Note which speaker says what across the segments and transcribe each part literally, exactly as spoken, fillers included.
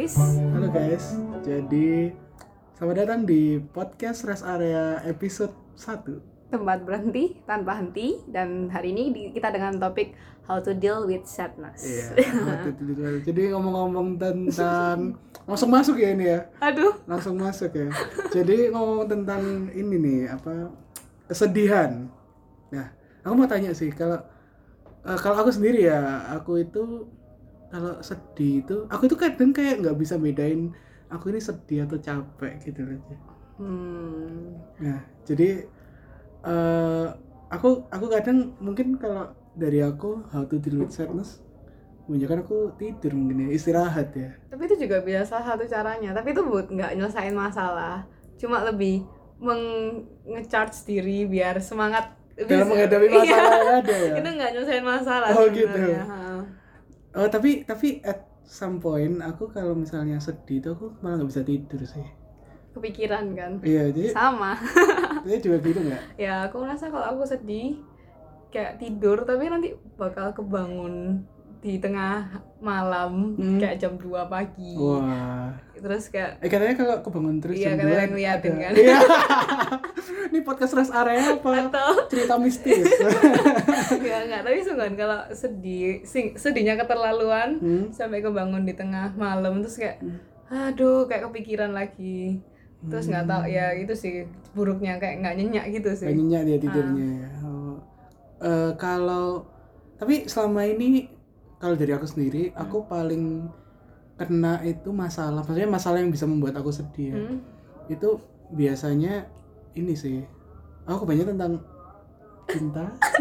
Speaker 1: guys.
Speaker 2: Halo guys, jadi selamat datang di podcast Rest Area episode satu.
Speaker 1: Tempat berhenti tanpa henti. Dan hari ini di- kita dengan topik How to deal with sadness.
Speaker 2: Iya. Jadi ngomong-ngomong tentang langsung masuk ya ini ya.
Speaker 1: Aduh.
Speaker 2: Langsung masuk ya. Jadi ngomong tentang ini nih apa kesedihan. Nah, aku mau tanya sih kalau uh, kalau aku sendiri ya, aku itu kalau sedih itu, aku itu kadang kayak nggak bisa bedain aku ini sedih atau capek gitu loh.
Speaker 1: Hmm.
Speaker 2: Nah, jadi uh, aku aku kadang mungkin kalau dari aku how to deal with sadness, kebanyakan aku tidur mungkin ya, istirahat ya.
Speaker 1: Tapi itu juga bisa salah satu caranya. Tapi itu buat nggak nyelesain masalah. Cuma lebih meng-charge diri biar semangat
Speaker 2: Dalam menghadapi masalah yang ada ya.
Speaker 1: Itu nggak nyelesain masalah.
Speaker 2: Oh
Speaker 1: sebenarnya.
Speaker 2: gitu.
Speaker 1: Ha.
Speaker 2: Oh tapi tapi at some point aku kalau misalnya sedih itu aku malah nggak bisa tidur sih.
Speaker 1: Kepikiran kan.
Speaker 2: Iya jadi.
Speaker 1: Sama.
Speaker 2: Dia juga gitu nggak?
Speaker 1: Ya aku merasa kalau aku sedih kayak tidur tapi nanti bakal kebangun di tengah malam
Speaker 2: Hmm.
Speaker 1: kayak jam dua pagi.
Speaker 2: Wah.
Speaker 1: Terus kayak
Speaker 2: Eh katanya kalau kebangun terus
Speaker 1: iya
Speaker 2: jam
Speaker 1: katanya
Speaker 2: dua
Speaker 1: ngeliatin
Speaker 2: ada-
Speaker 1: kan.
Speaker 2: Iya. Ini podcast Rest Area apa?
Speaker 1: Atau
Speaker 2: Cerita mistis.
Speaker 1: ya enggak, tapi sungguhan kalau sedih sing, sedihnya keterlaluan
Speaker 2: Hmm.
Speaker 1: sampai kebangun di tengah malam terus kayak aduh kayak kepikiran lagi. Terus nggak tahu ya itu sih buruknya kayak nggak nyenyak gitu sih.
Speaker 2: Kayak nyenyak dia tidurnya ya. Oh. Eh, kalau tapi selama ini kalau dari aku sendiri aku paling kena itu masalah, maksudnya masalah yang bisa membuat aku sedih ya.
Speaker 1: Hmm.
Speaker 2: Itu biasanya ini sih, aku kebanyakan tentang cinta.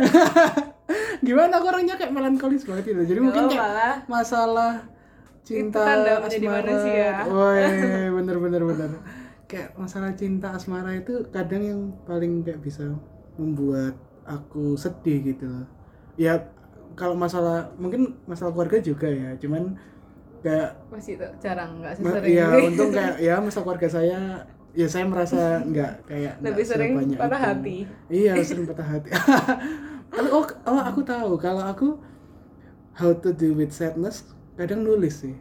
Speaker 2: Gimana aku orangnya kayak melankolis banget gitu, jadi
Speaker 1: Gak
Speaker 2: mungkin
Speaker 1: apa-apa
Speaker 2: kayak
Speaker 1: lah.
Speaker 2: masalah cinta,
Speaker 1: Itu tanda menjadi
Speaker 2: asmara.
Speaker 1: manusia.
Speaker 2: Woi, bener bener bener. Kayak masalah cinta asmara itu kadang yang paling kayak bisa membuat aku sedih gitu loh. Ya kalau masalah mungkin masalah keluarga juga ya, cuman kayak
Speaker 1: Masih tuh jarang nggak
Speaker 2: ma-
Speaker 1: sesering.
Speaker 2: ya untung kayak ya masalah keluarga saya ya saya merasa nggak kayak nggak
Speaker 1: Lebih sering
Speaker 2: sebanyak
Speaker 1: patah
Speaker 2: itu.
Speaker 1: hati.
Speaker 2: Iya sering patah hati. Tapi oh oh aku tahu kalau aku how to deal with sadness kadang nulis sih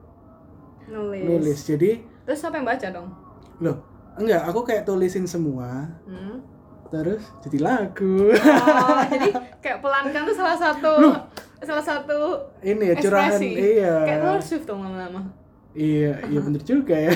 Speaker 1: Nulis.
Speaker 2: nulis jadi
Speaker 1: Terus siapa yang baca dong?
Speaker 2: loh enggak aku kayak tulisin semua
Speaker 1: Hmm.
Speaker 2: terus jadi lagu.
Speaker 1: Oh, jadi kayak pelankan tuh salah satu
Speaker 2: Loh.
Speaker 1: salah satu
Speaker 2: Ini ya curahan
Speaker 1: ekspresi.
Speaker 2: iya
Speaker 1: Kayak Taylor Swift dong lama-lama.
Speaker 2: iya iya bener juga ya.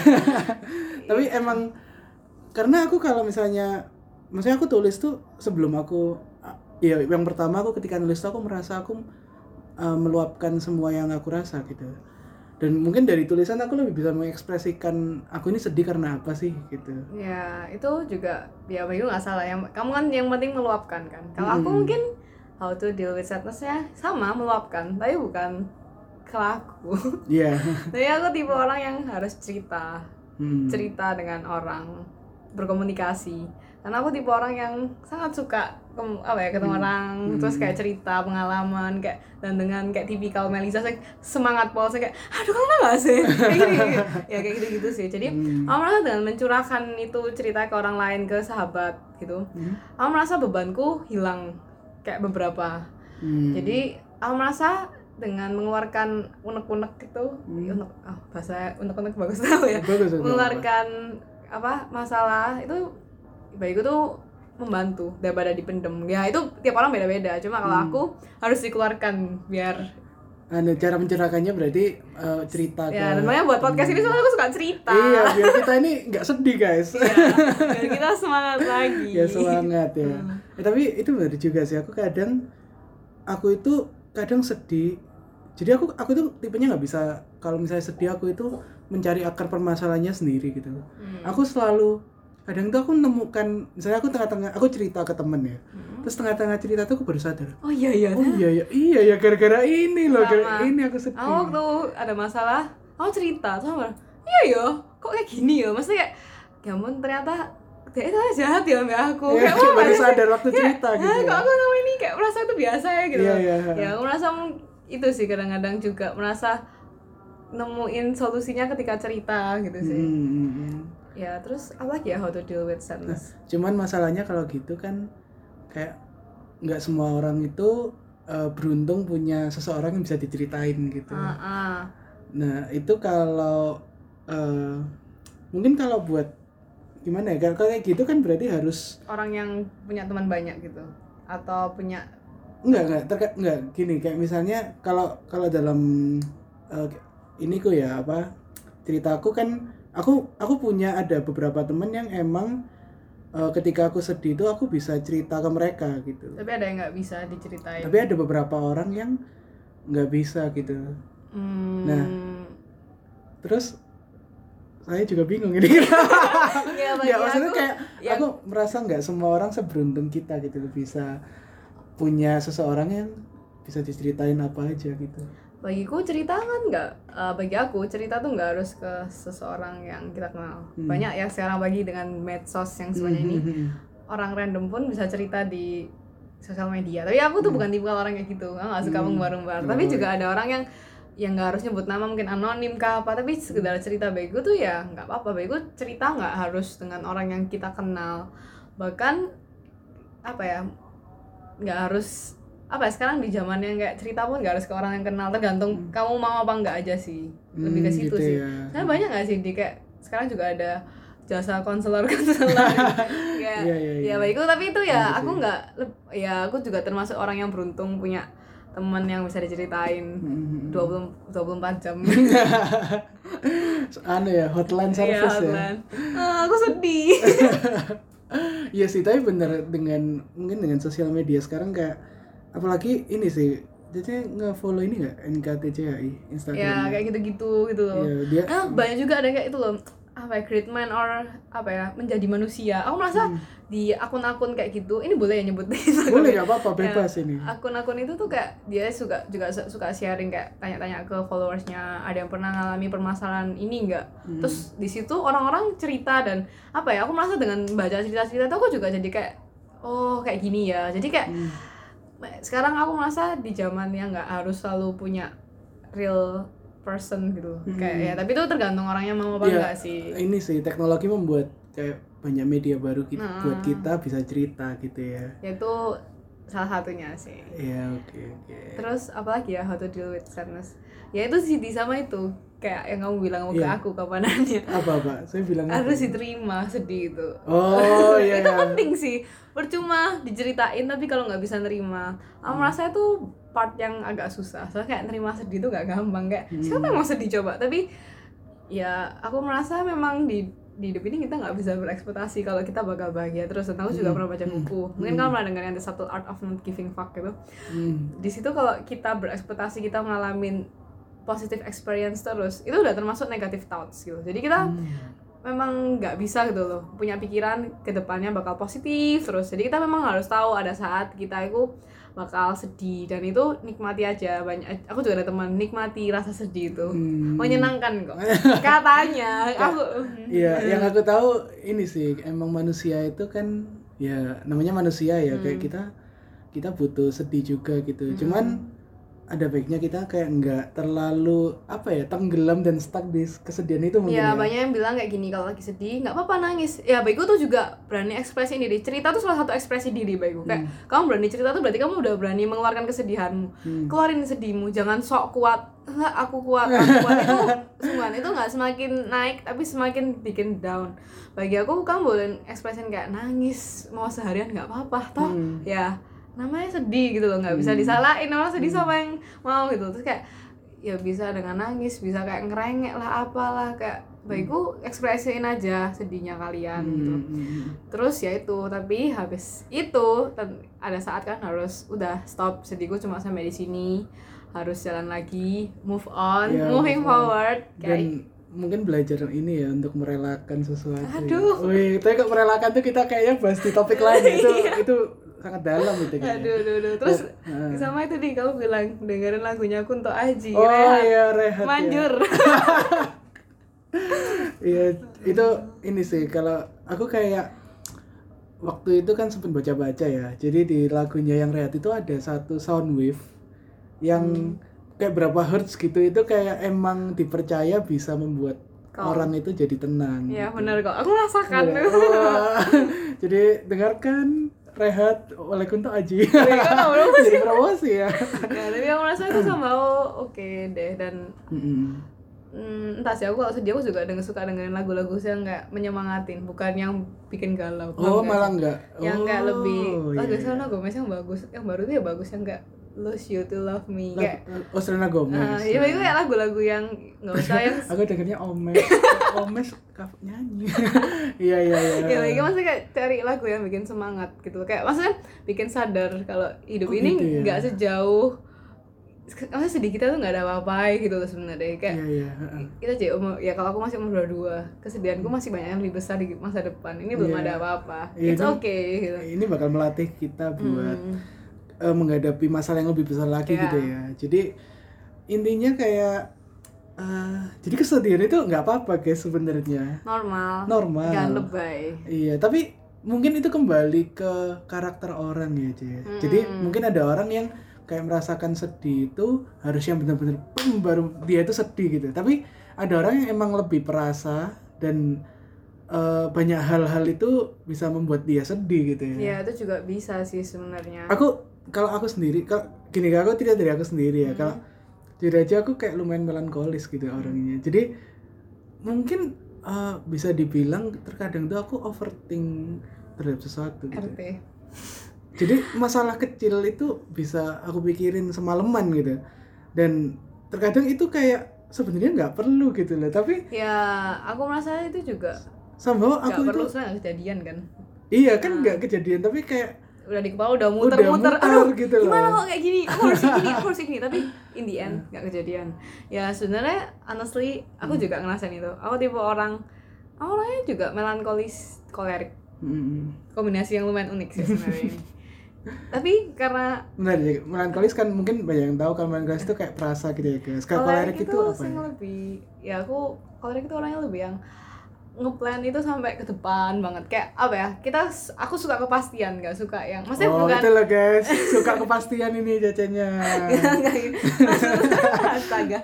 Speaker 2: Tapi emang karena aku kalau misalnya maksudnya aku tulis tuh sebelum aku ya yang pertama aku ketika nulis tuh aku merasa aku uh, meluapkan semua yang aku rasa gitu. Dan mungkin dari tulisan aku lebih bisa mengekspresikan aku ini sedih karena apa sih gitu.
Speaker 1: Ya, itu juga ya bagi nggak salah. Yang kamu kan yang penting meluapkan kan. Kalau aku
Speaker 2: Hmm.
Speaker 1: mungkin how to deal with sadness-nya sama meluapkan, tapi bukan ke lagu.
Speaker 2: Iya.
Speaker 1: Jadi aku tipe orang yang harus cerita,
Speaker 2: Hmm.
Speaker 1: cerita dengan orang, berkomunikasi. Karena aku tipe orang yang sangat suka kem- apa ya ketemu
Speaker 2: Hmm.
Speaker 1: orang,
Speaker 2: Hmm.
Speaker 1: terus kayak cerita pengalaman kayak dan dengan kayak tipikal Melisa saya semangat pol saya kayak aduh kamu nggak sih kayak gini, ya kayak gitu gitu sih. Jadi
Speaker 2: Hmm.
Speaker 1: aku merasa dengan mencurahkan itu cerita ke orang lain, ke sahabat gitu,
Speaker 2: Hmm.
Speaker 1: aku merasa bebanku hilang kayak beberapa.
Speaker 2: Hmm.
Speaker 1: Jadi aku merasa dengan mengeluarkan unek-unek itu,
Speaker 2: Hmm.
Speaker 1: unek, oh, bahasa unek-unek bagus tau ya,
Speaker 2: Bagus, bagus.
Speaker 1: mengeluarkan apa masalah itu bagiku tuh membantu daripada dipendem. Ya itu tiap orang beda-beda. Cuma kalau
Speaker 2: Hmm.
Speaker 1: aku harus dikeluarkan biar
Speaker 2: Anu, cara mencurahkannya berarti uh, cerita
Speaker 1: ya.
Speaker 2: ke
Speaker 1: Dan makanya buat podcast ini soalnya aku suka cerita.
Speaker 2: Iya, biar kita ini nggak sedih guys.
Speaker 1: Iya, biar kita semangat lagi.
Speaker 2: Ya semangat ya.
Speaker 1: Hmm.
Speaker 2: Eh, tapi itu benar juga sih. Aku kadang, aku itu kadang sedih. Jadi aku aku tuh tipenya nggak bisa kalau misalnya sedih aku itu mencari akar permasalahannya sendiri gitu.
Speaker 1: Hmm.
Speaker 2: Aku selalu kadang tuh aku menemukan misalnya aku tengah-tengah aku cerita ke temen ya.
Speaker 1: Hmm.
Speaker 2: Terus tengah-tengah cerita tuh aku baru sadar.
Speaker 1: Oh iya iya.
Speaker 2: Oh iya ya, iya ya gara-gara ini loh, gara
Speaker 1: Sama.
Speaker 2: ini aku sedih.
Speaker 1: Aku waktu ada masalah, aku cerita sama orang, iya yo, kok kayak gini ya? Maksudnya kayak, ya ampun ternyata dia itu jahat ya sama aku.
Speaker 2: Iya,
Speaker 1: Kayak,
Speaker 2: kayak
Speaker 1: oh,
Speaker 2: baru
Speaker 1: masa-
Speaker 2: sadar waktu cerita
Speaker 1: "Hah,
Speaker 2: gitu.
Speaker 1: kok
Speaker 2: Ya.
Speaker 1: aku sama ini kayak merasa itu biasa ya gitu.
Speaker 2: Iya, iya.
Speaker 1: Ya aku merasa mung- itu sih kadang-kadang juga merasa nemuin solusinya ketika cerita gitu sih.
Speaker 2: Hmm, hmm, hmm.
Speaker 1: Ya terus apa lagi ya how to deal with sadness?
Speaker 2: Cuman masalahnya kalau gitu kan kayak nggak semua orang itu uh, beruntung punya seseorang yang bisa diceritain gitu.
Speaker 1: Ah, ah.
Speaker 2: Nah itu kalau uh, mungkin kalau buat gimana ya, kalau kayak gitu kan berarti harus
Speaker 1: orang yang punya teman banyak gitu atau punya
Speaker 2: enggak enggak terkait enggak gini kayak misalnya kalau kalau dalam uh, ini ku ya apa ceritaku kan aku aku punya ada beberapa teman yang emang uh, ketika aku sedih itu aku bisa cerita ke mereka gitu.
Speaker 1: Tapi ada yang nggak bisa diceritain.
Speaker 2: Tapi ada beberapa orang yang nggak bisa gitu.
Speaker 1: Hmm.
Speaker 2: Nah terus saya juga bingung ini.
Speaker 1: Ya,
Speaker 2: ya maksudnya
Speaker 1: aku,
Speaker 2: kayak
Speaker 1: ya,
Speaker 2: aku merasa nggak semua orang seberuntung kita gitu bisa punya seseorang yang bisa diceritain apa aja gitu.
Speaker 1: Bagiku cerita kan nggak, uh, bagi aku cerita tuh nggak harus ke seseorang yang kita kenal. Hmm. Banyak ya sekarang bagi dengan medsos yang semuanya ini hmm. orang random pun bisa cerita di sosial media. Tapi aku tuh hmm. bukan tipe orang kayak gitu, nggak suka hmm. mengumbar-umbar. Oh. Tapi juga ada orang yang yang nggak harus nyebut nama, mungkin anonim kah apa, tapi sekedar cerita. Bagiku tuh ya nggak apa-apa. Bagiku cerita nggak harus dengan orang yang kita kenal. Bahkan apa ya, nggak harus apa ya, sekarang di zaman yang kayak cerita pun nggak harus ke orang yang kenal, tergantung hmm. kamu mau apa enggak aja sih, lebih ke
Speaker 2: hmm,
Speaker 1: situ
Speaker 2: gitu
Speaker 1: sih.
Speaker 2: Ya.
Speaker 1: Karena banyak nggak sih di kayak sekarang juga ada jasa konselor konselor ya,
Speaker 2: ya, ya,
Speaker 1: ya baikku. Tapi itu ya aku nggak, ya aku juga termasuk orang yang beruntung punya teman yang bisa diceritain dua puluh empat jam.
Speaker 2: Anu ya, hotline service ya.
Speaker 1: Hotline. Ah, aku sedih.
Speaker 2: Iya sih, tapi bener dengan mungkin dengan sosial media sekarang kayak apalagi ini sih, jadi nge-follow ini nggak N K T C H I Instagram?
Speaker 1: Ya kayak gitu-gitu gitu loh.
Speaker 2: Ya, dia,
Speaker 1: ah, banyak juga ada kayak itu loh, apa ya, great man or apa ya, menjadi manusia. Aku merasa hmm. di akun-akun kayak gitu, ini boleh ya nyebut?
Speaker 2: Boleh, nggak apa-apa, bebas ya, ini.
Speaker 1: Akun-akun itu tuh kayak dia suka juga suka sharing kayak tanya-tanya ke followersnya, ada yang pernah ngalami permasalahan ini nggak? Hmm. Terus di situ orang-orang cerita dan apa ya? Aku merasa dengan baca cerita-cerita itu aku juga jadi kayak oh kayak gini ya. Jadi kayak hmm. sekarang aku merasa di zaman yang nggak harus selalu punya real person gitu hmm. kayak ya, tapi itu tergantung orangnya mau apa ya, enggak sih.
Speaker 2: Ini sih teknologi membuat kayak banyak media baru kita, nah. buat kita bisa cerita gitu ya.
Speaker 1: Itu salah satunya sih.
Speaker 2: Iya, oke okay, oke. Okay.
Speaker 1: Terus apalagi ya, how to deal with sadness. Ya itu sih di sama itu kayak yang kamu bilang ke yeah. aku kapanannya.
Speaker 2: Apa apa? Saya bilang
Speaker 1: harus diterima sedih itu.
Speaker 2: Oh iya.
Speaker 1: Itu penting sih. Percuma diceritain tapi kalau nggak bisa nerima. Aku hmm. merasa itu part yang agak susah. Soalnya kayak nerima sedih itu nggak gampang, kayak hmm. siapa yang mau sedih coba. Tapi ya aku merasa memang di di hidup ini kita nggak bisa berekspektasi kalau kita bakal bahagia terus. Dan aku juga hmm. pernah baca buku. Mungkin hmm. kamu pernah dengar yang The Subtle Art of Not Giving Fuck gitu. Hmm. Di situ kalau kita berekspektasi kita ngalamin positive experience terus, itu udah termasuk negative thoughts gitu. Jadi kita hmm. memang nggak bisa gitu loh punya pikiran ke depannya bakal positif terus. Jadi kita memang harus tahu ada saat kita itu bakal sedih dan itu nikmati aja. Banyak aku juga ada teman nikmati rasa sedih itu hmm. menyenangkan kok katanya. Aku
Speaker 2: iya yang aku tahu ini sih emang manusia itu kan ya namanya manusia ya hmm. kayak kita kita butuh sedih juga gitu. Hmm. Cuman ada baiknya kita kayak nggak terlalu apa ya tenggelam dan stuck di kesedihan itu mungkin ya.
Speaker 1: Ya banyak yang bilang kayak gini, kalau lagi sedih nggak apa-apa nangis. Ya baikku tuh juga berani ekspresi diri. Cerita tuh salah satu ekspresi diri baikku. Kayak hmm. kamu berani cerita tuh berarti kamu udah berani mengeluarkan kesedihanmu. Hmm. Keluarin sedihmu, jangan sok kuat. Enggak, aku kuat, aku kuat. Itu sungguhan itu nggak semakin naik tapi semakin bikin down. Bagi aku kamu boleh ekspresin kayak nangis mau seharian nggak apa-apa toh. Hmm. Ya namanya sedih gitu loh, nggak bisa disalahin orang sedih sama yang mau gitu. Terus kayak ya bisa dengan nangis, bisa kayak ngerengek lah apalah, kayak baikku ekspresiin aja sedihnya kalian gitu. Terus ya itu, tapi habis itu ada saat kan harus udah stop, sedihku cuma sampai di sini, harus jalan lagi, move on, ya, moving move on. forward kayak
Speaker 2: dan mungkin belajar ini ya untuk merelakan sesuatu.
Speaker 1: Aduh.
Speaker 2: Ya. Wih, tapi kok merelakan tuh kita kayaknya bahas di topik lain ya. Itu itu sangat dalam itu kayaknya.
Speaker 1: Aduh, aduh, aduh. Terus nah. sama itu nih kamu bilang dengerin lagunya Kunto Aji.
Speaker 2: Oh rehat. Iya rehat.
Speaker 1: Manjur.
Speaker 2: Iya ya, itu ini sih kalau aku kayak waktu itu kan sempat baca-baca ya. Jadi di lagunya yang rehat itu ada satu sound wave yang hmm. kayak berapa hertz gitu, itu kayak emang dipercaya bisa membuat Kau. orang itu jadi tenang.
Speaker 1: Iya
Speaker 2: gitu.
Speaker 1: benar kok. Aku rasakan.
Speaker 2: Oh, jadi dengarkan Rehat oleh Kunto Aji.
Speaker 1: Jadi
Speaker 2: promosi ya.
Speaker 1: Ya, tapi aku merasa itu sama oh, oke okay deh dan
Speaker 2: mm-hmm.
Speaker 1: Hmm, entah sih, aku kalau sedih aku juga denger, suka dengerin lagu-lagu yang kayak menyemangatin, bukan yang bikin galau.
Speaker 2: Oh,
Speaker 1: Enggak
Speaker 2: malah
Speaker 1: sih.
Speaker 2: enggak.
Speaker 1: Yang
Speaker 2: oh,
Speaker 1: kayak lebih lagu
Speaker 2: iya,
Speaker 1: Selena
Speaker 2: iya.
Speaker 1: Gomez yang bagus, yang baru tuh ya bagus, yang kayak Lose You to Love Me
Speaker 2: Lagu,
Speaker 1: kayak
Speaker 2: oh, Selena Gomez.
Speaker 1: uh, ya itu kayak lagu-lagu yang nggak usah yang
Speaker 2: Aku dengernya Omes. Omes kaf- nyanyi. Iya, iya, iya.
Speaker 1: ya lagi maksudnya kayak cari lagu yang bikin semangat gitu, kayak maksudnya bikin sadar kalau hidup
Speaker 2: Oh,
Speaker 1: ini
Speaker 2: gitu ya?
Speaker 1: nggak sejauh, maksudnya sedih kita tuh nggak ada apa-apa gitu loh sebenarnya, kayak
Speaker 2: Iya, iya, heeh.
Speaker 1: kita jadi umur, ya kalau aku masih umur dua puluh dua, kesedihanku masih banyak yang lebih besar di masa depan, ini belum
Speaker 2: Iya.
Speaker 1: ada apa-apa,
Speaker 2: Iya,
Speaker 1: it's
Speaker 2: ini-
Speaker 1: okay gitu.
Speaker 2: Ini bakal melatih kita buat
Speaker 1: Hmm.
Speaker 2: eh, menghadapi masalah yang lebih besar lagi
Speaker 1: Iya.
Speaker 2: gitu ya. Jadi intinya kayak eh, jadi kesedihan itu nggak apa-apa guys sebenarnya.
Speaker 1: Normal,
Speaker 2: Normal.
Speaker 1: jangan lebay.
Speaker 2: Iya, tapi mungkin itu kembali ke karakter orang ya, Cie.
Speaker 1: Mm-mm.
Speaker 2: Jadi mungkin ada orang yang kayak merasakan sedih itu harus yang benar-benar pum, baru dia itu sedih gitu. Tapi ada orang yang emang lebih perasa dan eh, banyak hal-hal itu bisa membuat dia sedih gitu ya.
Speaker 1: Ya itu juga bisa sih sebenarnya.
Speaker 2: Aku kalau aku sendiri, kalau gini aku tidak dari aku sendiri ya.
Speaker 1: Hmm.
Speaker 2: Kalau jujur aja aku kayak lumayan melankolis gitu orangnya. Jadi mungkin eh, bisa dibilang terkadang tuh aku overthink terhadap sesuatu gitu.
Speaker 1: R T.
Speaker 2: Jadi masalah kecil itu bisa aku pikirin semalaman gitu. Dan terkadang itu kayak sebenarnya nggak perlu gitu loh. Tapi
Speaker 1: Ya aku merasa itu juga
Speaker 2: somehow
Speaker 1: nggak
Speaker 2: aku itu
Speaker 1: perlu, soalnya nggak kejadian kan.
Speaker 2: iya kan nggak kejadian tapi kayak
Speaker 1: Udah di kepala udah muter-muter,
Speaker 2: muter
Speaker 1: aduh
Speaker 2: gitu loh.
Speaker 1: gimana kok kayak gini, aku harus kayak gini, aku harus kayak gini, tapi in the end nggak kejadian. Ya sebenarnya honestly aku juga ngerasain itu. Aku tipe orang, aku orangnya juga melankolis kolerik,
Speaker 2: mm,
Speaker 1: kombinasi yang lumayan unik sih sebenarnya ini. Tapi karena
Speaker 2: benar ya, melankolis kan mungkin banyak yang tahu kalau melankolis itu kayak perasa gitu ya guys. Kalau kolerik itu apa
Speaker 1: sing
Speaker 2: ya?
Speaker 1: lebih, ya aku kolerik itu orangnya lebih yang ngeplan itu sampai ke depan banget, kayak apa ya, kita aku suka kepastian, nggak suka yang maksudnya
Speaker 2: Oh
Speaker 1: bukan
Speaker 2: itu loh guys, suka kepastian ini cacanya.
Speaker 1: nggak gitu. Maksud- astaga.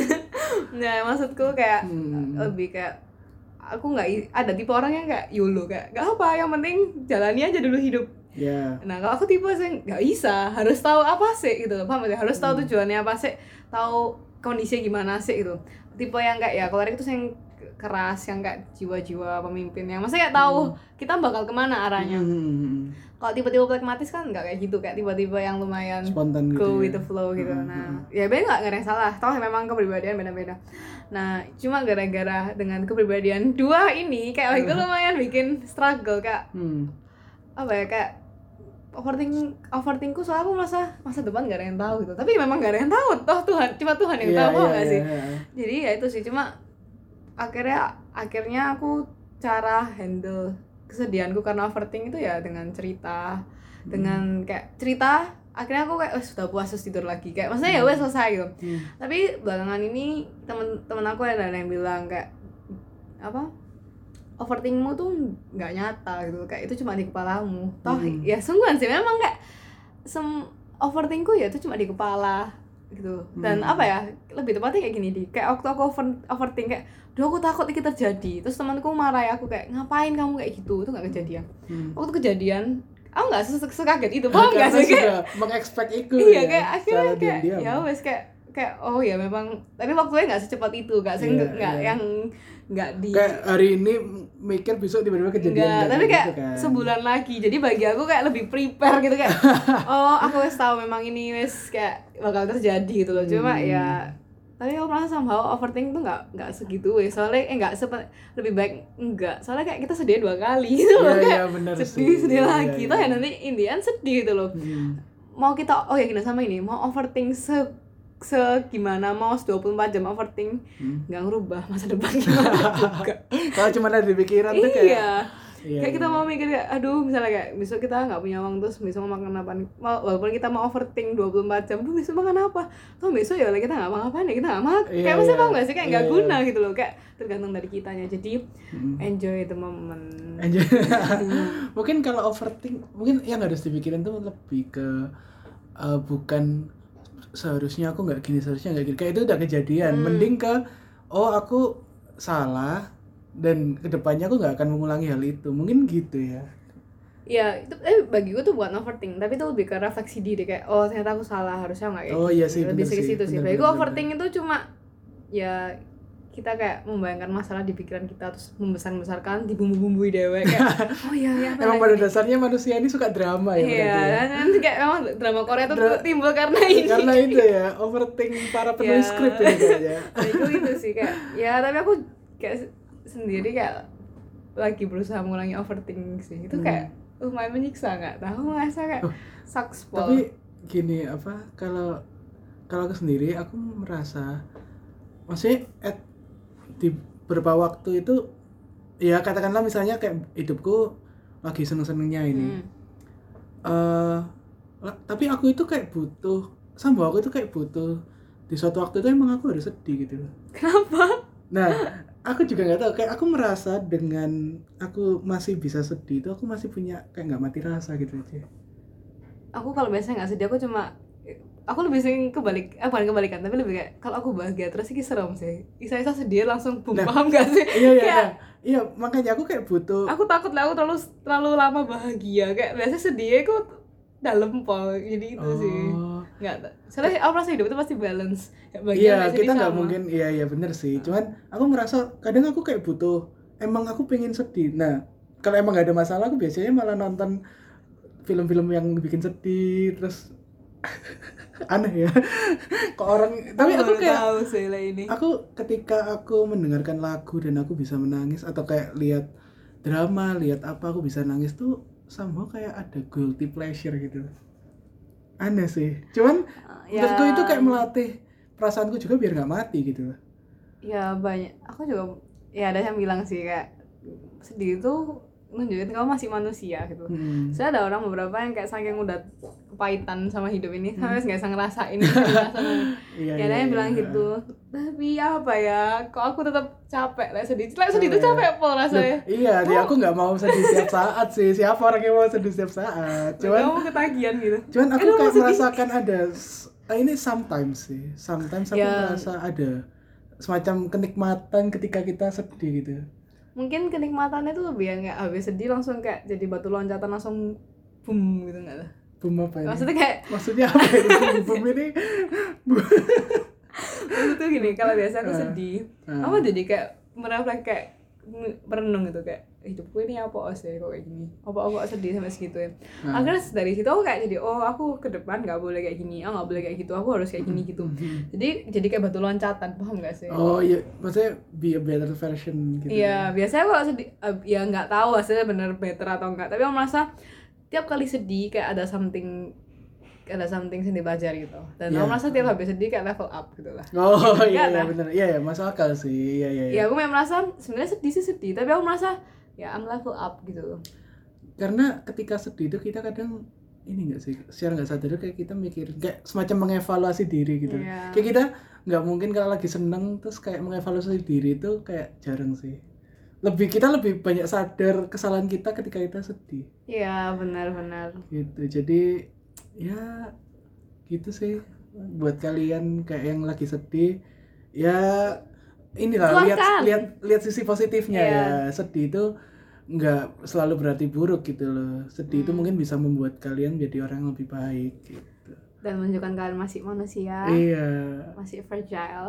Speaker 1: Nah maksudku kayak
Speaker 2: Hmm.
Speaker 1: lebih kayak aku nggak i- ada tipe orang yang kayak YOLO, kayak nggak apa, yang penting jalani aja dulu hidup.
Speaker 2: Ya.
Speaker 1: Nah kalau aku tipe yang nggak bisa, harus tahu apa sih gitu loh, paham gak? Harus tahu tujuannya apa sih, tahu kondisinya gimana sih gitu. Tipe yang kayak ya kolerik itu yang keras, yang kayak jiwa-jiwa pemimpin yang maksudnya kayak tahu kita bakal kemana arahnya.
Speaker 2: Hmm.
Speaker 1: Kalau tiba-tiba pragmatis kan nggak kayak gitu, kayak tiba-tiba yang lumayan
Speaker 2: Spontan gitu
Speaker 1: go
Speaker 2: ya.
Speaker 1: with the flow gitu.
Speaker 2: Hmm,
Speaker 1: Nah,
Speaker 2: hmm.
Speaker 1: ya bener nggak nggak ada yang salah. Toh memang kepribadian beda-beda. Nah, cuma gara-gara dengan kepribadian dua ini kayak itu lumayan bikin struggle, kayak
Speaker 2: Hmm.
Speaker 1: apa ya, kayak overthink overthinkku, soalnya aku merasa masa depan gak ada yang tahu gitu. Tapi memang gak ada yang tahu. Toh Tuhan, cuma Tuhan yang
Speaker 2: Iya,
Speaker 1: tahu,
Speaker 2: iya,
Speaker 1: nggak
Speaker 2: iya,
Speaker 1: sih?
Speaker 2: iya.
Speaker 1: Jadi ya itu sih, cuma akhirnya akhirnya aku cara handle kesedihanku karena overthink itu ya dengan cerita, dengan kayak cerita. Akhirnya aku kayak wes sudah puas, terus tidur lagi, kayak maksudnya ya wes selesai gitu.
Speaker 2: Hmm.
Speaker 1: Tapi belakangan ini temen-temen aku ada yang bilang kayak apa, overthinkmu tuh nggak nyata gitu, kayak itu cuma di kepalamu. Toh
Speaker 2: Hmm.
Speaker 1: ya sungguhan sih memang kayak sem overthinkku ya itu cuma di kepala gitu. Dan
Speaker 2: Hmm.
Speaker 1: apa ya, lebih tepatnya kayak gini di kayak waktu aku over, overthink kayak duh aku takut ini terjadi, terus temanku marah ya aku kayak ngapain kamu kayak gitu, itu nggak kejadian.
Speaker 2: Hmm.
Speaker 1: Waktu kejadian aku nggak ses- sekaget itu, paham nggak
Speaker 2: Karena
Speaker 1: sih kayak
Speaker 2: sudah mengexpect itu
Speaker 1: iya
Speaker 2: ya,
Speaker 1: kayak akhirnya
Speaker 2: secara
Speaker 1: kayak
Speaker 2: diam-diam.
Speaker 1: ya wes kayak kayak oh ya memang, tapi waktunya nggak secepat itu, nggak sih,
Speaker 2: Iya,
Speaker 1: nggak
Speaker 2: iya.
Speaker 1: yang nggak di
Speaker 2: Kayak hari ini mikir besok tiba-tiba kejadian
Speaker 1: enggak, tapi kayak
Speaker 2: gitu kan.
Speaker 1: sebulan lagi. Jadi bagi aku kayak lebih prepare gitu, kayak oh aku wes tahu memang ini wes kayak bakal terjadi gitu loh. Cuma
Speaker 2: Hmm.
Speaker 1: ya tapi aku merasa somehow overthink tuh nggak nggak segitu wes, soalnya eh nggak sepe, lebih baik enggak, soalnya kayak kita sedih dua kali gitu loh,
Speaker 2: Iya,
Speaker 1: kayak
Speaker 2: iya, bener
Speaker 1: sedih
Speaker 2: sih.
Speaker 1: sedih
Speaker 2: Iya,
Speaker 1: lagi
Speaker 2: iya,
Speaker 1: toh
Speaker 2: iya.
Speaker 1: ya nanti Indian sedih gitu loh.
Speaker 2: Hmm.
Speaker 1: Mau kita oh ya gini sama ini, mau overthink se se gimana mau dua puluh empat jam overthink
Speaker 2: Hmm.
Speaker 1: nggak ngerubah masa depan gimana juga.
Speaker 2: Kalau cuma ada di pikiran tuh kayak
Speaker 1: Iya.
Speaker 2: Iya,
Speaker 1: Kayak kita
Speaker 2: iya.
Speaker 1: mau mikir kayak aduh misalnya kayak besok kita nggak punya uang, terus besok mau makan apa nih, Wal- walaupun kita mau overthink dua puluh empat jam, tuh besok makan apa, tuh besok ya kita nggak makan apa nih, kita nggak makan,
Speaker 2: Iya,
Speaker 1: kayak maksudnya
Speaker 2: iya.
Speaker 1: tau nggak sih, kayak nggak
Speaker 2: Iya,
Speaker 1: guna
Speaker 2: iya.
Speaker 1: gitu loh, kayak tergantung dari kitanya. Jadi
Speaker 2: Hmm.
Speaker 1: enjoy the moment.
Speaker 2: Anjir. Mungkin kalau overthink mungkin yang harus dipikirin tuh lebih ke uh, bukan seharusnya aku nggak gini, seharusnya nggak gini, kayak itu udah kejadian.
Speaker 1: Hmm.
Speaker 2: Mending ke oh aku salah dan kedepannya aku nggak akan mengulangi hal itu, mungkin gitu ya.
Speaker 1: Ya itu eh bagi gue tuh bukan overthink, tapi itu lebih ke refleksi diri, kayak oh ternyata aku salah, harusnya nggak kayak
Speaker 2: Oh,
Speaker 1: gitu.
Speaker 2: iya sih,
Speaker 1: Lebih
Speaker 2: bener
Speaker 1: ke
Speaker 2: sih,
Speaker 1: situ sih.
Speaker 2: bener,
Speaker 1: Bagi gue
Speaker 2: bener,
Speaker 1: overthink itu cuma ya kita kayak membayangkan masalah di pikiran kita terus membesar-besarkan, dibumbu-bumbui dewek kayak oh iya iya
Speaker 2: emang pada dasarnya manusia ini suka drama ya
Speaker 1: iya
Speaker 2: ya?
Speaker 1: kan kayak emang drama Korea tuh
Speaker 2: Dra-
Speaker 1: timbul karena ini
Speaker 2: karena itu ya overthink para penulis
Speaker 1: Ya.
Speaker 2: skrip ini kayaknya.
Speaker 1: Nah, itu itu sih kayak ya tapi aku kayak se- sendiri kayak lagi berusaha mengurangi overthinking sih itu
Speaker 2: Hmm.
Speaker 1: kayak lumayan menyiksa nggak tahu ngerasa kayak
Speaker 2: Oh,
Speaker 1: sucks pol.
Speaker 2: Tapi gini apa kalau kalau aku sendiri aku merasa maksudnya at, di beberapa waktu itu ya katakanlah misalnya kayak hidupku lagi seneng-senengnya ini
Speaker 1: Hmm.
Speaker 2: eh la- tapi aku itu kayak butuh sama aku itu kayak butuh di suatu waktu itu emang aku harus sedih gitu loh.
Speaker 1: Kenapa?
Speaker 2: Nah aku juga nggak tahu kayak aku merasa dengan aku masih bisa sedih itu aku masih punya kayak nggak mati rasa gitu aja.
Speaker 1: Aku kalau biasanya nggak sedih aku cuma aku lebih sering kebalik eh bukan kebalikan tapi lebih kayak kalau aku bahagia terus sih serem sih Isa-isa sedih langsung boom
Speaker 2: Nah,
Speaker 1: paham gak sih
Speaker 2: Iya iya
Speaker 1: kayak
Speaker 2: nah, iya makanya aku kayak butuh
Speaker 1: aku takut lah aku terlalu terlalu lama bahagia kayak biasanya sedihnya aku dalam pol jadi itu sih
Speaker 2: oh
Speaker 1: nggak soalnya aku merasa hidup itu pasti balance ya, bahagia
Speaker 2: iya
Speaker 1: nggak sedih
Speaker 2: kita nggak
Speaker 1: sama.
Speaker 2: mungkin iya iya bener sih cuman aku merasa kadang aku kayak butuh emang aku pengen sedih nah kalau emang nggak ada masalah aku biasanya malah nonton film-film yang bikin sedih terus aneh ya kok orang tapi aku
Speaker 1: baru
Speaker 2: kayak
Speaker 1: tahu sih lah ini
Speaker 2: aku ketika aku mendengarkan lagu dan aku bisa menangis atau kayak lihat drama lihat apa aku bisa nangis tuh sama kayak ada guilty pleasure gitu aneh sih cuman
Speaker 1: ya,
Speaker 2: menurutku itu kayak melatih perasaanku juga biar nggak mati gitu loh.
Speaker 1: ya banyak aku juga ya ada yang bilang sih kayak sedih itu nunjukin kamu masih manusia gitu.
Speaker 2: Hmm.
Speaker 1: Saya ada orang beberapa yang kayak saking udah kepahitan sama hidup ini sampai nggak bisa ngerasain
Speaker 2: Iya,
Speaker 1: ya ada
Speaker 2: iya,
Speaker 1: yang bilang
Speaker 2: iya.
Speaker 1: gitu tapi apa ya kok aku tetap capek lah sedih lah sedih itu
Speaker 2: Capek.
Speaker 1: capek pol rasanya
Speaker 2: Loh, iya, dia aku nggak mau sedih setiap saat sih. Siapa orang yang mau sedih setiap saat? Cuman,
Speaker 1: kamu ketagihan gitu
Speaker 2: cuman aku
Speaker 1: Eh, lu
Speaker 2: kayak
Speaker 1: mau sedih?
Speaker 2: merasakan ada s- eh, ini sometimes sih. Sometimes aku
Speaker 1: Ya.
Speaker 2: merasa ada semacam kenikmatan ketika kita sedih gitu.
Speaker 1: mungkin kenikmatannya tuh lebih yang kayak habis sedih langsung kayak jadi batu loncatan langsung boom gitu nggak tuh
Speaker 2: Boom apa ini?
Speaker 1: maksudnya kayak
Speaker 2: Maksudnya apa ini? Boom ini?
Speaker 1: maksudnya tuh gini kalau biasa aku
Speaker 2: Ah.
Speaker 1: sedih
Speaker 2: Ah.
Speaker 1: aku jadi kayak mereflek kayak m- merenung gitu kayak hidupku ini apa sih kok kayak gini apa aku kok sedih sampai segitu ya
Speaker 2: Ah.
Speaker 1: akhirnya dari situ aku kayak jadi oh aku ke depan nggak boleh kayak gini oh nggak boleh kayak gitu aku harus kayak gini gitu jadi jadi kayak batu loncatan paham nggak sih
Speaker 2: Oh iya, maksudnya be a better version gitu.
Speaker 1: iya biasanya kalau sedih eh, ya nggak tahu hasilnya bener better atau enggak tapi aku merasa tiap kali sedih kayak ada something ada something yang dipelajari gitu dan
Speaker 2: Iya.
Speaker 1: aku merasa tiap habis sedih kayak level up gitu lah
Speaker 2: Oh
Speaker 1: Iya,
Speaker 2: iya, iya
Speaker 1: nah.
Speaker 2: bener. Iya ya, masuk akal sih. Iya iya.
Speaker 1: ya aku memang merasa sebenarnya sedih sih sedih tapi aku merasa ya I'm level up gitu
Speaker 2: Karena ketika sedih itu kita kadang ini enggak sih, secara nggak sadar kayak kita mikir kayak semacam mengevaluasi diri gitu.
Speaker 1: Iya.
Speaker 2: Kayak kita nggak mungkin kalau lagi seneng terus kayak mengevaluasi diri itu kayak jarang sih. Lebih kita lebih banyak sadar kesalahan kita ketika kita sedih.
Speaker 1: iya benar-benar
Speaker 2: Gitu. Jadi ya gitu sih buat kalian kayak yang lagi sedih ya inilah lihat
Speaker 1: Keluarkan.
Speaker 2: lihat lihat sisi positifnya
Speaker 1: Iya.
Speaker 2: ya sedih itu nggak selalu berarti buruk gitu loh sedih itu
Speaker 1: Hmm.
Speaker 2: mungkin bisa membuat kalian jadi orang yang lebih baik gitu
Speaker 1: dan menunjukkan kalian masih manusia
Speaker 2: iya
Speaker 1: masih fragile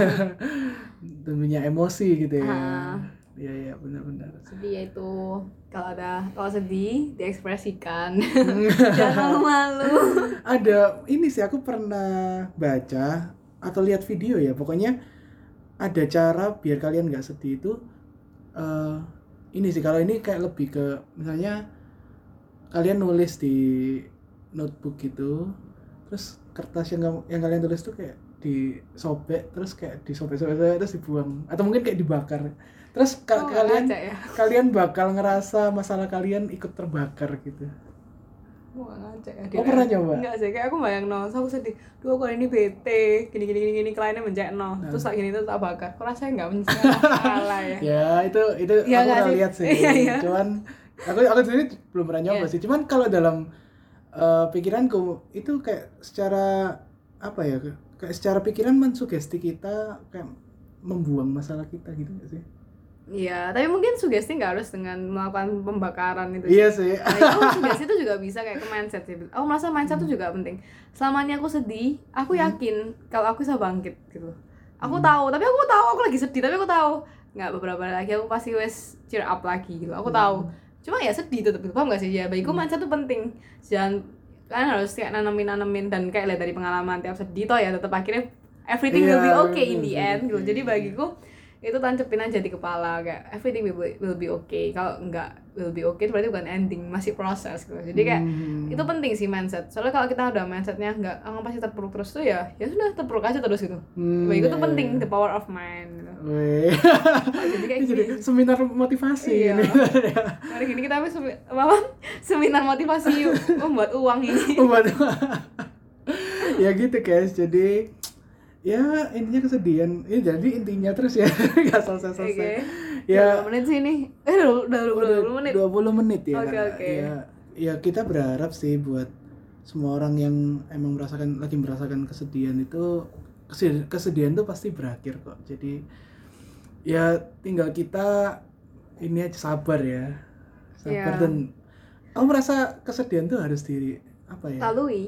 Speaker 2: dan punya emosi gitu ya
Speaker 1: Ah.
Speaker 2: iya iya benar-benar
Speaker 1: sedih ya itu kalau ada kalau sedih diekspresikan jangan malu-malu
Speaker 2: ada ini sih aku pernah baca atau lihat video ya pokoknya ada cara biar kalian nggak sedih itu eh, ini sih kalau ini kayak lebih ke misalnya kalian nulis di notebook gitu terus kertas yang kamu- yang kalian tulis tuh kayak disobek terus kayak disobek-sobek terus dibuang atau mungkin kayak dibakar terus ka-
Speaker 1: Oh, nggak
Speaker 2: kalian
Speaker 1: ngajak ya
Speaker 2: kalian bakal ngerasa masalah kalian ikut terbakar gitu.
Speaker 1: Aku gak ngajak ya.
Speaker 2: Oh, pernah nyoba?
Speaker 1: Enggak sih, kayak aku bayang no, terus aku sedih. Duh, aku hari ini bete, gini gini gini gini kliennya menjek no. Terus saat gini tuh tak bakar. Kok rasanya enggak masalah ya.
Speaker 2: Ya, itu itu
Speaker 1: Iya
Speaker 2: aku
Speaker 1: nggak
Speaker 2: pernah
Speaker 1: sih?
Speaker 2: lihat sih.
Speaker 1: Iya, iya.
Speaker 2: Cuman aku aku sendiri belum pernah nyoba
Speaker 1: Iya.
Speaker 2: sih. Cuman kalau dalam eh, pikiranku itu kayak secara apa ya? Kayak secara pikiran mensugesti kita kayak membuang masalah kita gitu nggak sih?
Speaker 1: Iya, tapi mungkin sugesti nggak harus dengan melakukan pembakaran itu. sih.
Speaker 2: Iya sih.
Speaker 1: Nah, itu sugesti itu juga bisa kayak ke mindset sih. Aku merasa mindset itu juga penting. Selama ini aku sedih, aku yakin kalau aku bisa bangkit gitu. aku hmm. tahu tapi aku tahu aku lagi sedih tapi aku tahu nggak beberapa hari lagi aku pasti wes cheer up lagi gitu aku hmm. tahu cuma ya sedih tetap paham nggak sih ya bagiku hmm. mindset tuh penting jangan kan harus kayak nanemin nanemin dan kayak lihat dari pengalaman tiap sedih toh ya tetap akhirnya everything yeah, will be okay in the end gitu jadi bagiku itu tancapin aja di kepala kayak everything will be, will be okay kalau enggak will be okay berarti bukan ending masih proses gitu jadi kayak hmm. itu penting sih mindset soalnya kalau kita udah mindsetnya enggak ah, pasti terpuruk terus tuh ya ya sudah terpuruk aja terus gitu hmm, itu tuh penting the power of mind gitu. Nah, jadi kayak
Speaker 2: jadi gini. Seminar motivasi
Speaker 1: iya. Hari gini kita habis semi- apa seminar motivasi membuat uang ini
Speaker 2: membuat ya gitu guys jadi ya intinya kesedihan ini jadi intinya terus ya nggak selesai selesai okay.
Speaker 1: Ya berapa menit sih ini eh udah udah dua puluh menit
Speaker 2: dua puluh menit ya
Speaker 1: okay, okay.
Speaker 2: ya ya kita berharap sih buat semua orang yang emang merasakan lagi merasakan kesedihan itu kesedihan, kesedihan tuh pasti berakhir kok jadi ya tinggal kita ini aja sabar ya sabar yeah. Dan aku merasa kesedihan tuh harus di apa ya
Speaker 1: lalui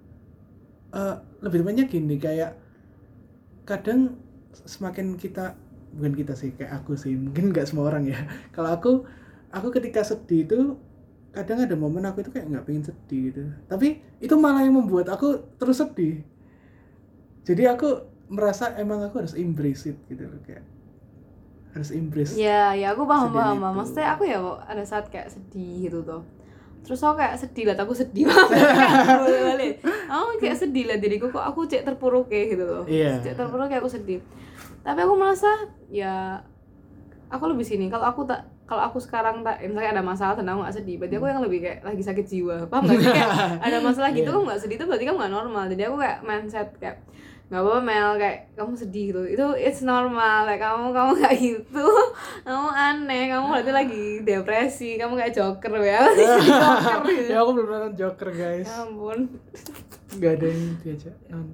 Speaker 2: uh, lebih banyak gini kayak kadang semakin kita bukan kita sih kayak aku sih mungkin nggak semua orang ya kalau aku aku ketika sedih itu kadang ada momen aku itu kayak nggak pengen sedih gitu tapi itu malah yang membuat aku terus sedih jadi aku merasa emang aku harus embrace it gitu loh kayak harus embrace
Speaker 1: ya ya aku paham paham paham maksudnya aku ya ada saat kayak sedih gitu tuh terus aku kayak sedih lah aku sedih banget boleh-boleh aku kayak sedih lah diriku kok aku cek terpuruk kayak gitu loh yeah. Cek terpuruk kayak aku sedih tapi aku merasa ya aku lebih sini kalau aku tak kalau aku sekarang tak misalnya ada masalah dan aku nggak sedih berarti aku yang lebih kayak lagi sakit jiwa paham nggak sih kayak ada masalah gitu yeah. Kamu nggak sedih itu berarti kamu nggak normal jadi aku kayak mindset kayak nggak apa-apa Mel kayak kamu sedih gitu itu it's normal kayak kamu kamu nggak gitu kamu aneh kamu berarti lagi depresi kamu kayak Joker ya Joker gitu.
Speaker 2: Ya aku belum nonton Joker guys
Speaker 1: ya ampun
Speaker 2: nggak ada yang diajak nonton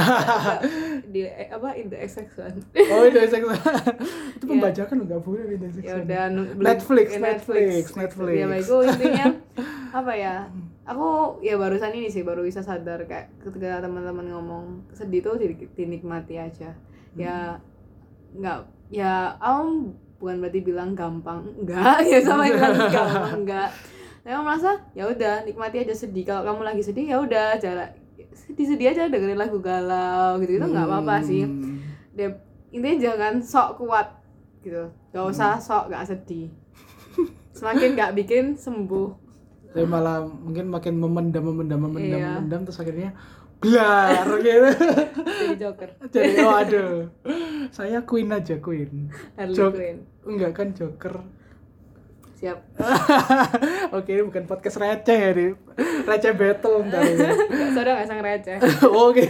Speaker 1: di eh, apa in the X X one
Speaker 2: oh in the X X one itu pembajakan yeah. Nggak boleh in the X X one
Speaker 1: ya udah
Speaker 2: Netflix
Speaker 1: Netflix
Speaker 2: Netflix Netflix
Speaker 1: ya baik intinya apa ya aku ya barusan ini sih baru bisa sadar kayak ketika teman-teman ngomong sedih tuh dinikmati aja hmm. ya nggak ya om bukan berarti bilang gampang enggak ya sama bilang gampang enggak saya merasa ya udah nikmati aja sedih kalau kamu lagi sedih ya udah jalan sedih-sedih aja dengerin lagu galau gitu itu nggak hmm. apa-apa sih dia intinya jangan sok kuat gitu nggak usah sok nggak sedih semakin nggak bikin sembuh
Speaker 2: tapi malah mungkin makin memendam memendam memendam iya. memendam terus akhirnya blar gitu
Speaker 1: jadi Joker
Speaker 2: jadi oh aduh saya Queen aja Queen
Speaker 1: Harley Jok- Quinn
Speaker 2: enggak kan Joker
Speaker 1: siap
Speaker 2: oke ini bukan podcast receh ya nih receh battle ntar ya
Speaker 1: nggak saudara nggak sang receh
Speaker 2: oke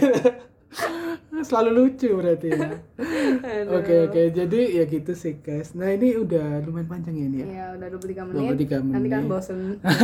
Speaker 2: selalu lucu berarti ya oke oke okay. Jadi ya gitu sih guys nah ini udah lumayan panjang ya ini ya
Speaker 1: iya udah dua puluh tiga menit
Speaker 2: dua puluh tiga menit
Speaker 1: nanti kan bosen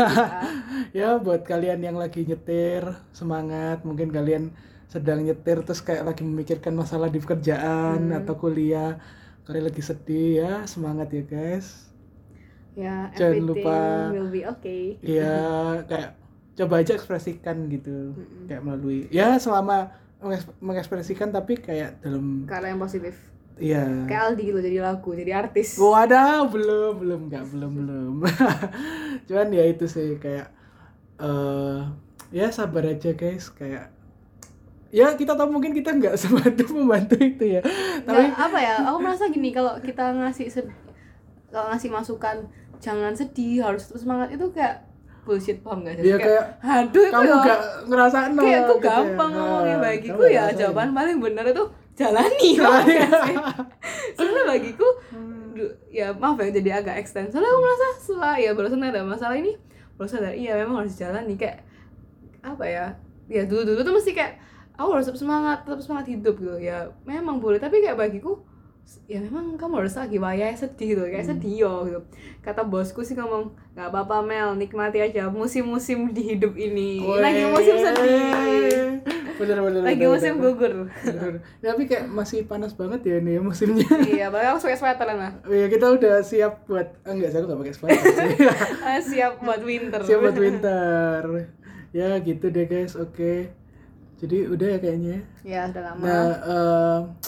Speaker 2: ya buat kalian yang lagi nyetir semangat mungkin kalian sedang nyetir terus kayak lagi memikirkan masalah di pekerjaan hmm. atau kuliah kalian lagi sedih ya semangat ya guys
Speaker 1: ya
Speaker 2: jangan lupa
Speaker 1: will be okay
Speaker 2: ya kayak coba aja ekspresikan gitu mm-hmm. kayak melalui ya selama mengekspresikan tapi kayak dalam
Speaker 1: karya yang positif
Speaker 2: iya
Speaker 1: kayak Aldi gitu jadi lagu jadi artis
Speaker 2: waduh belum belum nggak belum belum cuman ya itu sih kayak uh, ya sabar aja guys kayak ya kita tahu mungkin kita nggak sebantu membantu itu ya tapi
Speaker 1: nggak, apa ya aku merasa gini kalau kita ngasih sed- kalau ngasih masukan jangan sedih harus terus semangat itu kayak bullshit paham gak sih?
Speaker 2: Iya kayak, kayak
Speaker 1: aduh
Speaker 2: kamu
Speaker 1: ya,
Speaker 2: gak ngerasain
Speaker 1: kayak aku
Speaker 2: gitu
Speaker 1: gampang
Speaker 2: ya.
Speaker 1: ngomongnya bagiku ya jawaban paling benar itu jalani paham gak sih? Soalnya bagiku hmm. ya maaf ya jadi agak extend soalnya aku merasa setelah ya barusan ada masalah ini baru sadar iya memang harus jalani kayak apa ya ya dulu-dulu tuh mesti kayak aku harus tetap semangat tetap semangat hidup gitu ya memang boleh tapi kayak bagiku ya memang kamu harus lagi wayah sedih gitu kayak hmm. sedih yo gitu kata bosku sih ngomong nggak apa-apa Mel nikmati aja musim-musim di hidup ini Wee. Lagi musim sedih
Speaker 2: bener-bener
Speaker 1: lagi
Speaker 2: bener,
Speaker 1: musim
Speaker 2: bener.
Speaker 1: gugur
Speaker 2: bener. Ya, tapi kayak masih panas banget ya nih musimnya
Speaker 1: iya bahkan aku pakai sweater lah
Speaker 2: iya kita udah siap buat ah, enggak saya nggak pakai sweater sih
Speaker 1: siap buat winter
Speaker 2: siap buat winter ya gitu deh guys oke jadi udah ya kayaknya
Speaker 1: ya udah lama
Speaker 2: nah uh,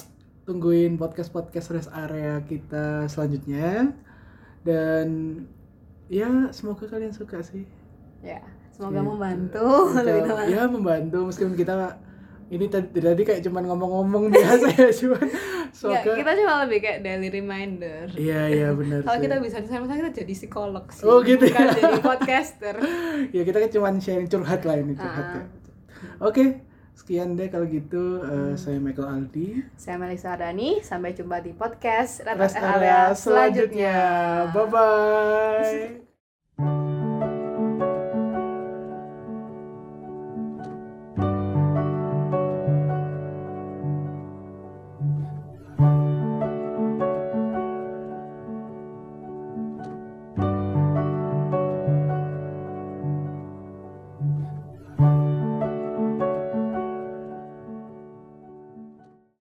Speaker 2: tungguin podcast-podcast rest area kita selanjutnya. Dan ya semoga kalian suka sih.
Speaker 1: Ya, semoga
Speaker 2: Gitu.
Speaker 1: membantu.
Speaker 2: Kita- ya membantu meskipun kita ini tadi, tadi kayak cuman ngomong-ngomong biasa ya, cuman
Speaker 1: Nggak,
Speaker 2: semoga
Speaker 1: kita cuma lebih kayak daily reminder.
Speaker 2: iya iya benar
Speaker 1: Kalau
Speaker 2: sih.
Speaker 1: kita bisa di sana kita jadi psikolog sih.
Speaker 2: Oh, gitu
Speaker 1: bukan
Speaker 2: ya.
Speaker 1: jadi podcaster.
Speaker 2: Ya kita kan cuman sharing curhat lah ini curhat
Speaker 1: Ah.
Speaker 2: kayak gitu. Oke, sekian deh kalau gitu. Eh, saya Michael Aldi.
Speaker 1: Saya Melisa Ardani, sampai jumpa di podcast
Speaker 2: Rest area selanjutnya. Bye bye.